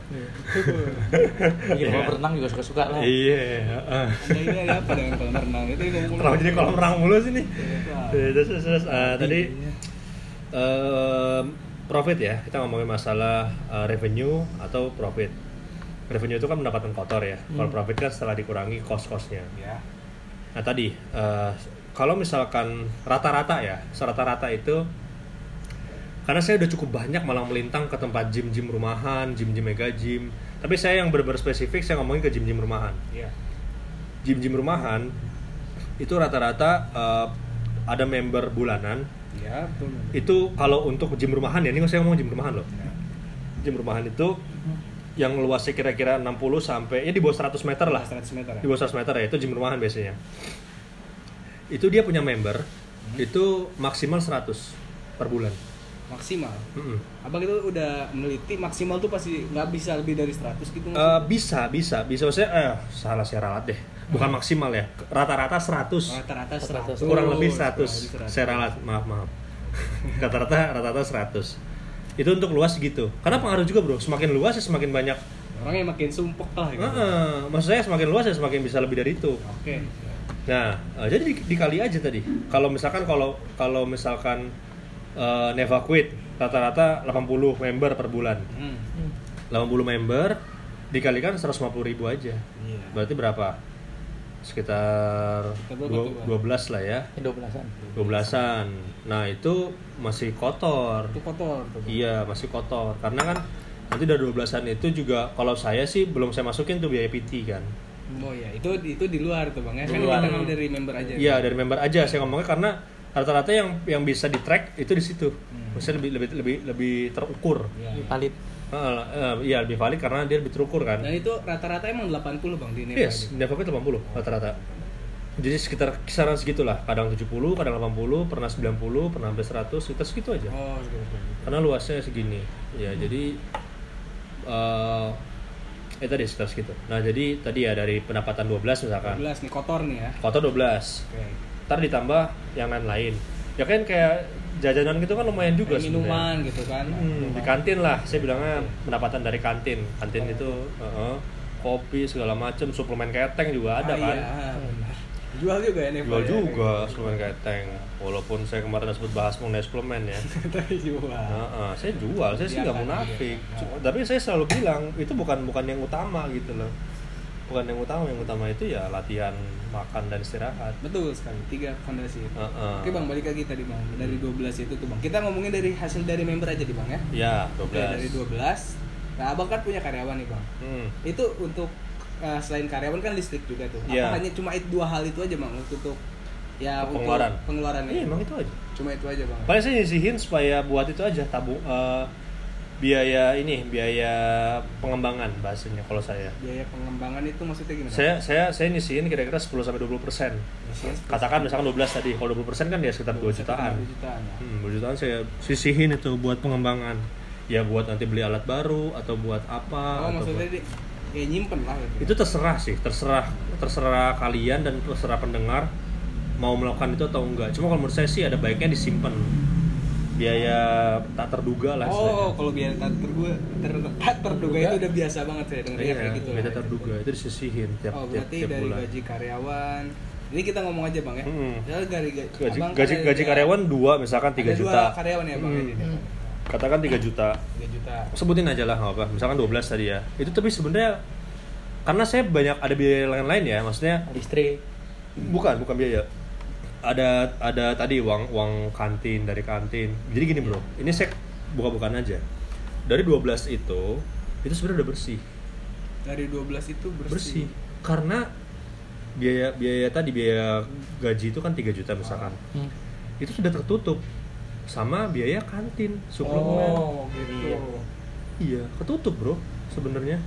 Iya, kalau berenang juga suka-suka lah.
Iya. heeh.
Ada ini ada apa dengan kolam renang itu ngomong.
Kenapa jadi kolam renang mulu sih nih?
Iya,
Eh, Terus, terus, terus, eh, tadi eh, profit ya, kita ngomongin masalah eh, revenue atau profit. Revenue itu kan pendapatan kotor ya. Kalau profit kan setelah dikurangi cost-costnya.
Ya.
Nah tadi, eh, kalau misalkan rata-rata ya, serata-rata itu, karena saya udah cukup banyak malah melintang ke tempat gym-gym rumahan, gym-gym mega gym. Tapi saya yang benar-benar spesifik, saya ngomongin ke gym-gym rumahan.
Iya.
Gym-gym rumahan itu rata-rata eh, ada member bulanan.
Iya betul.
Itu kalau untuk gym rumahan ya, ini saya ngomong gym rumahan loh. Gym rumahan itu yang luasnya kira-kira enam puluh sampai ya di bawah seratus meter lah.
seratus meter ya.
Di bawah seratus meter ya, itu gym rumahan biasanya. Itu dia punya member, itu maksimal seratus per bulan.
Maksimal.
Mm-mm.
Abang itu udah meneliti maksimal tuh pasti nggak bisa lebih dari seratus gitu.
Eh, bisa, bisa, bisa. Maksudnya, eh, salah saya ralat deh. Bukan maksimal ya, rata-rata seratus.
Rata-rata
Rata-rata
seratus.
Kurang lebih
Kurang
seratus.
lebih seratus.
Saya ralat, maaf, maaf. Rata-rata, rata-rata seratus. Itu untuk luas gitu. Karena pengaruh juga bro, semakin luas ya semakin banyak.
Orangnya makin sumpek lah gitu.
Heeh, maksud saya semakin luas ya semakin bisa lebih dari itu.
Oke.
Nah, eh, jadi di- dikali aja tadi. Kalau misalkan kalau kalau misalkan eh, Neva Quit rata-rata delapan puluh member per bulan.
Hmm.
delapan puluh member dikalikan seratus lima puluh ribu aja.
Iya.
Berarti berapa? Sekitar
Sekitar berapa
dua-
tuh, Bang?
dua belas lah ya.
dua belasan.
dua belasan. Nah, itu masih kotor.
Itu kotor tuh. Bang.
Iya, masih kotor. Karena kan nanti dari dua belasan itu juga kalau saya sih belum saya masukin tuh biaya P T kan.
Oh iya, itu itu di luar tuh bang ya. Kan
Luar.
kita ngambil dari member aja.
Iya, dari member aja saya ngomongnya karena rata-rata yang yang bisa di track itu di situ.
Hmm.
Maksudnya lebih lebih lebih lebih terukur.
Iya.
Valid.
Heeh, eh, iya lebih valid karena dia lebih terukur kan.
Dan itu rata-rata emang delapan puluh bang di Neva.
Yes,
gitu.
Neva Quit delapan puluh rata-rata. Jadi sekitar kisaran segitulah, kadang tujuh puluh, kadang delapan puluh, pernah sembilan puluh, pernah sampai seratus, kita segitu aja.
Oh gitu. gitu.
Karena luasnya segini. Ya, jadi eh eh tadi sekitar segitu. Nah, jadi tadi ya dari pendapatan dua belas misalkan.
dua belas nih kotor nih ya.
Kotor dua belas.
Oke.
Ntar ditambah yang lain-lain. Ya kan kayak jajanan gitu kan lumayan juga
Kayak minuman gitu kan.
Hmm, di kantin lah, saya bilangnya pendapatan dari kantin. Kantin itu uh-uh, kopi segala macem, suplemen keteng juga ada
Ah,
kan.
Iya, benar. Jual juga ya Neva.
Jual
ya?
juga suplemen keteng. Walaupun saya kemarin sempat bahas mengenai suplemen ya.
Tapi jual.
Nah, saya jual, saya sih
Iya
nggak
kan,
munafik.
iya.
Cuma- Tapi saya selalu bilang itu bukan bukan yang utama gitu loh. Bukan yang utama, yang utama itu ya latihan, makan dan istirahat.
Betul sekali, tiga fondasi itu.
Uh-uh.
Oke bang, balik lagi tadi bang, dari dua belas itu tuh bang. Kita ngomongin dari hasil dari member aja di bang ya.
Ya, dua
Oke,
belas.
dari dua belas. Nah abang kan punya karyawan nih bang.
Hmm.
Itu untuk uh, selain karyawan kan listrik juga tuh.
Iya.
Apa hanya cuma itu dua hal itu aja bang untuk untuk ya
Pengeluaran.
untuk pengeluarannya?
Iya, emang itu aja.
Cuma itu aja bang.
Paling saya nyisihin supaya buat itu aja tabung eh, biaya ini, biaya pengembangan bahasanya kalau saya.
Biaya pengembangan itu maksudnya gimana?
Saya saya saya nyisihin kira-kira sepuluh sampai dua puluh persen. Katakan misalkan dua belas tadi. Kalau dua puluh persen kan ya sekitar dua jutaan.
dua jutaan ya.
Hmm, dua jutaan saya sisihin itu buat pengembangan. Ya buat nanti beli alat baru atau buat apa
Oh
atau
maksudnya
buat...
di, kayak nyimpen lah gitu.
Itu terserah sih, terserah terserah kalian dan terserah pendengar mau melakukan itu atau enggak. Cuma kalau menurut saya sih ada baiknya disimpan. Biaya tak terduga lah.
Oh, kalau biaya tak terduga, ter, tak terduga itu udah biasa banget saya dengar
iya,
kayak gitu.
biaya
lah.
terduga itu disisihin tiap
Oh,
tiap,
berarti
tiap
dari
bulan.
gaji karyawan. Ini kita ngomong aja bang ya.
Hmm.
Ya, gaji gaji
Gaji
abang
gaji,
kan
gaji
ada-
karyawan dua misalkan tiga
ada
juta.
dua karyawan ya bang.
Hmm.
Ya, ini.
Katakan tiga juta.
tiga juta.
Sebutin aja lah nggak apa. Misalkan dua belas tadi ya. Itu tapi sebenarnya karena saya banyak ada biaya lain-lain ya, maksudnya
Listrik.
bukan bukan biaya. Ada ada tadi uang uang kantin dari kantin. Jadi gini bro, ini saya buka-bukaan aja. Dari dua belas itu itu sebenarnya udah bersih.
Dari dua belas itu bersih.
Bersih. Karena biaya biaya tadi biaya gaji itu kan tiga juta misalkan.
Hmm.
Itu sudah tertutup sama biaya kantin suplemen.
Oh, gitu.
Iya. Iya, ketutup bro sebenarnya.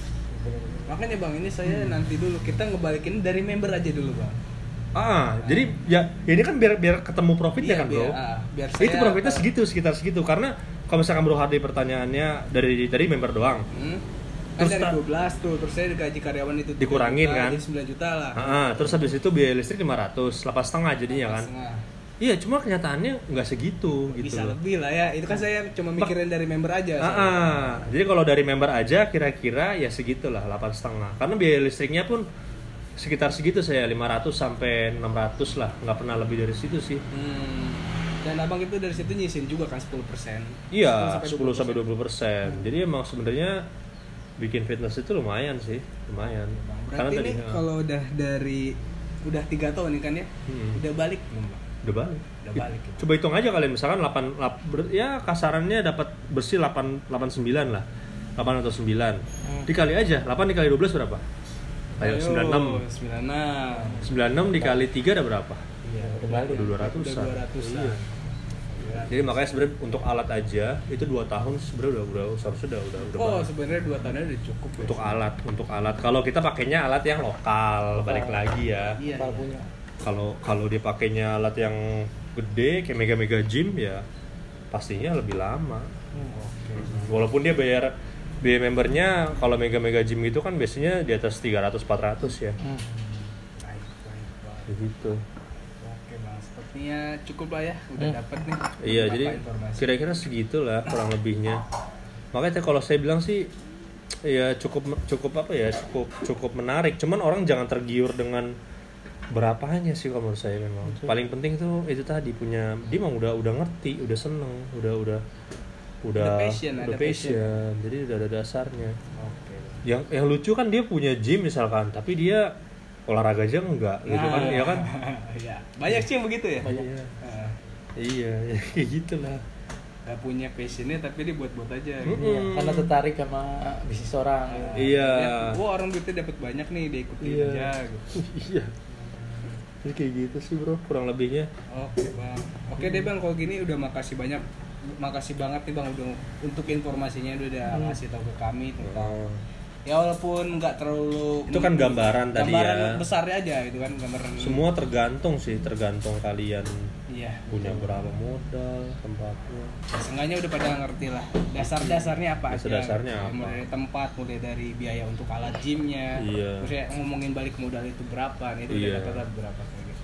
Makanya bang, ini saya nanti dulu kita ngebalikin dari member aja dulu bang.
Ah, jadi ya ini kan biar biar ketemu profitnya
Iya,
kan bro.
biar, ah, biar
Itu
saya-
profitnya segitu sekitar segitu karena kalau misalkan bro Hardy pertanyaannya dari dari member doang.
Hmm. Kan
Terus
dari
ta-
dua belas tuh, terus saya gaji karyawan itu tiga
Dikurangin
juta,
kan?
jadi sembilan juta lah.
Ah, terus habis itu biaya listrik lima ratus, delapan setengah jadinya kan.
Setengah.
Iya, cuma kenyataannya nggak segitu gitu.
Bisa
loh.
lebih lah ya. Itu kan saya cuma mikirin dari member aja.
Ah, ah. Jadi kalau dari member aja kira-kira ya segitulah delapan setengah. Karena biaya listriknya pun sekitar segitu saya lima ratus sampai enam ratus lah, nggak pernah lebih dari situ sih.
Hmm. Dan abang itu dari situ nyisin juga kan sepuluh persen.
Iya, sepuluh sampai dua puluh persen. Jadi emang sebenarnya bikin fitness itu lumayan sih, lumayan.
Berarti
tadi,
nih
ah,
kalau udah dari udah tiga tahun nih kan ya,
Hmm.
udah balik belum bang?
udah balik.
Udah balik. Ya.
Coba hitung aja kalian misalkan delapan, lap- ber- ya kasarannya dapat bersih delapan delapan sembilan lah. delapan atau sembilan.
Hmm.
Dikali aja, delapan dikali dua belas berapa? Ayo, sembilan puluh enam.
sembilan puluh enam.
sembilan puluh enam dikali tiga ada berapa?
Iya,
Udah balik.
Udah dua ratusan.
Udah dua ratusan.
Iya. Jadi makanya sebenarnya untuk alat aja itu dua tahun sebenarnya udah udah seharusnya udah udah udah
Oh,
banget.
sebenarnya dua tahunnya udah cukup ya.
Untuk alat, untuk alat. Kalau kita pakainya alat yang lokal, balik lagi ya.
Iya.
Kalau
iya.
punya.
Kalau kalau dia pakainya alat yang gede kayak mega mega gym ya pastinya lebih lama.
Oke.
Walaupun dia bayar biaya membernya kalau mega mega gym itu kan biasanya di atas tiga ratus empat ratus ya.
Hmm.
Baik, baik, baik.
Begitu.
Oke bang, sepertinya cukup lah ya, udah
Hmm.
dapet nih.
Iya,
beberapa
jadi
informasi.
kira-kira segitulah kurang lebihnya. Makanya kalau saya bilang sih ya cukup cukup apa ya, cukup cukup menarik. Cuman orang jangan tergiur dengan berapanya sih kalau menurut saya memang. Paling penting tuh itu tadi punya dia memang udah udah ngerti, udah seneng, udah udah udah
Ada passion,
udah
ada
passion.
passion.
Jadi udah ada dasarnya.
Oke.
Yang yang lucu kan dia punya gym misalkan, tapi dia olahraga aja enggak gitu kan, ya kan?
Iya. Banyak sih yang begitu ya.
Iya.
Nah,
Iya, ya, kayak gitulah.
gak punya passionnya tapi dia buat-buat aja. gitu.
Iya, karena tertarik sama bisnis orang. gitu.
Iya.
Ya, wah orang duitnya dapat banyak nih, dia ikutin
Iya.
aja. Gitu.
Iya. Jadi kayak gitu sih bro, kurang lebihnya.
Oke bang. Oke deh bang, kalau gini udah makasih banyak, makasih banget nih bang udah untuk informasinya udah udah
Hmm.
ngasih tahu ke kami tentang.
Oh.
Ya walaupun nggak terlalu.
Itu kan gambaran tadi
gambaran
ya.
besarnya aja gitu kan, gambaran.
Semua tergantung sih, tergantung kalian
Iya.
punya berapa modal, tempatnya.
Seenggaknya udah pada ngerti lah dasar-dasarnya apa aja.
Dasar-dasarnya
gitu.
apa.
Mulai dari tempat, mulai dari biaya untuk alat gymnya.
Iya.
Terus ya ngomongin balik modal itu berapa, nih itu
Iya.
udah dapat berapa kayak gitu.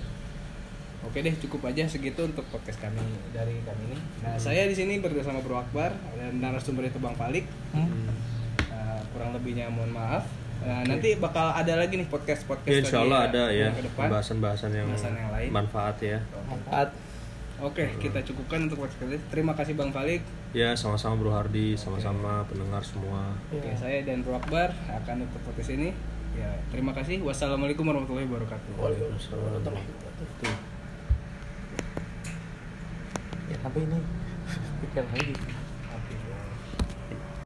Oke deh, cukup aja segitu untuk podcast kami dari kami ini. Nah,
Hmm.
saya di sini bersama Bro Akbar dan narasumber itu Bang Falik.
Hmm.
Nah, kurang lebihnya mohon maaf. Nah, nanti bakal ada lagi nih podcast-podcast
Ya, insya Allah ada ya
ke depan.
bahasan-bahasan yang,
Bahasan yang lain.
manfaat ya.
Manfaat.
Oke, kita cukupkan untuk podcast kali ini. Terima kasih Bang Falik.
Ya sama-sama Bro Hardy, sama-sama pendengar semua.
Oke, saya dan Bro Akbar akan tutup podcast ini. Ya, terima kasih. Wassalamualaikum warahmatullahi wabarakatuh.
Waalaikumsalam warahmatullahi wabarakatuh. Ya sampai ini. Pikir lagi.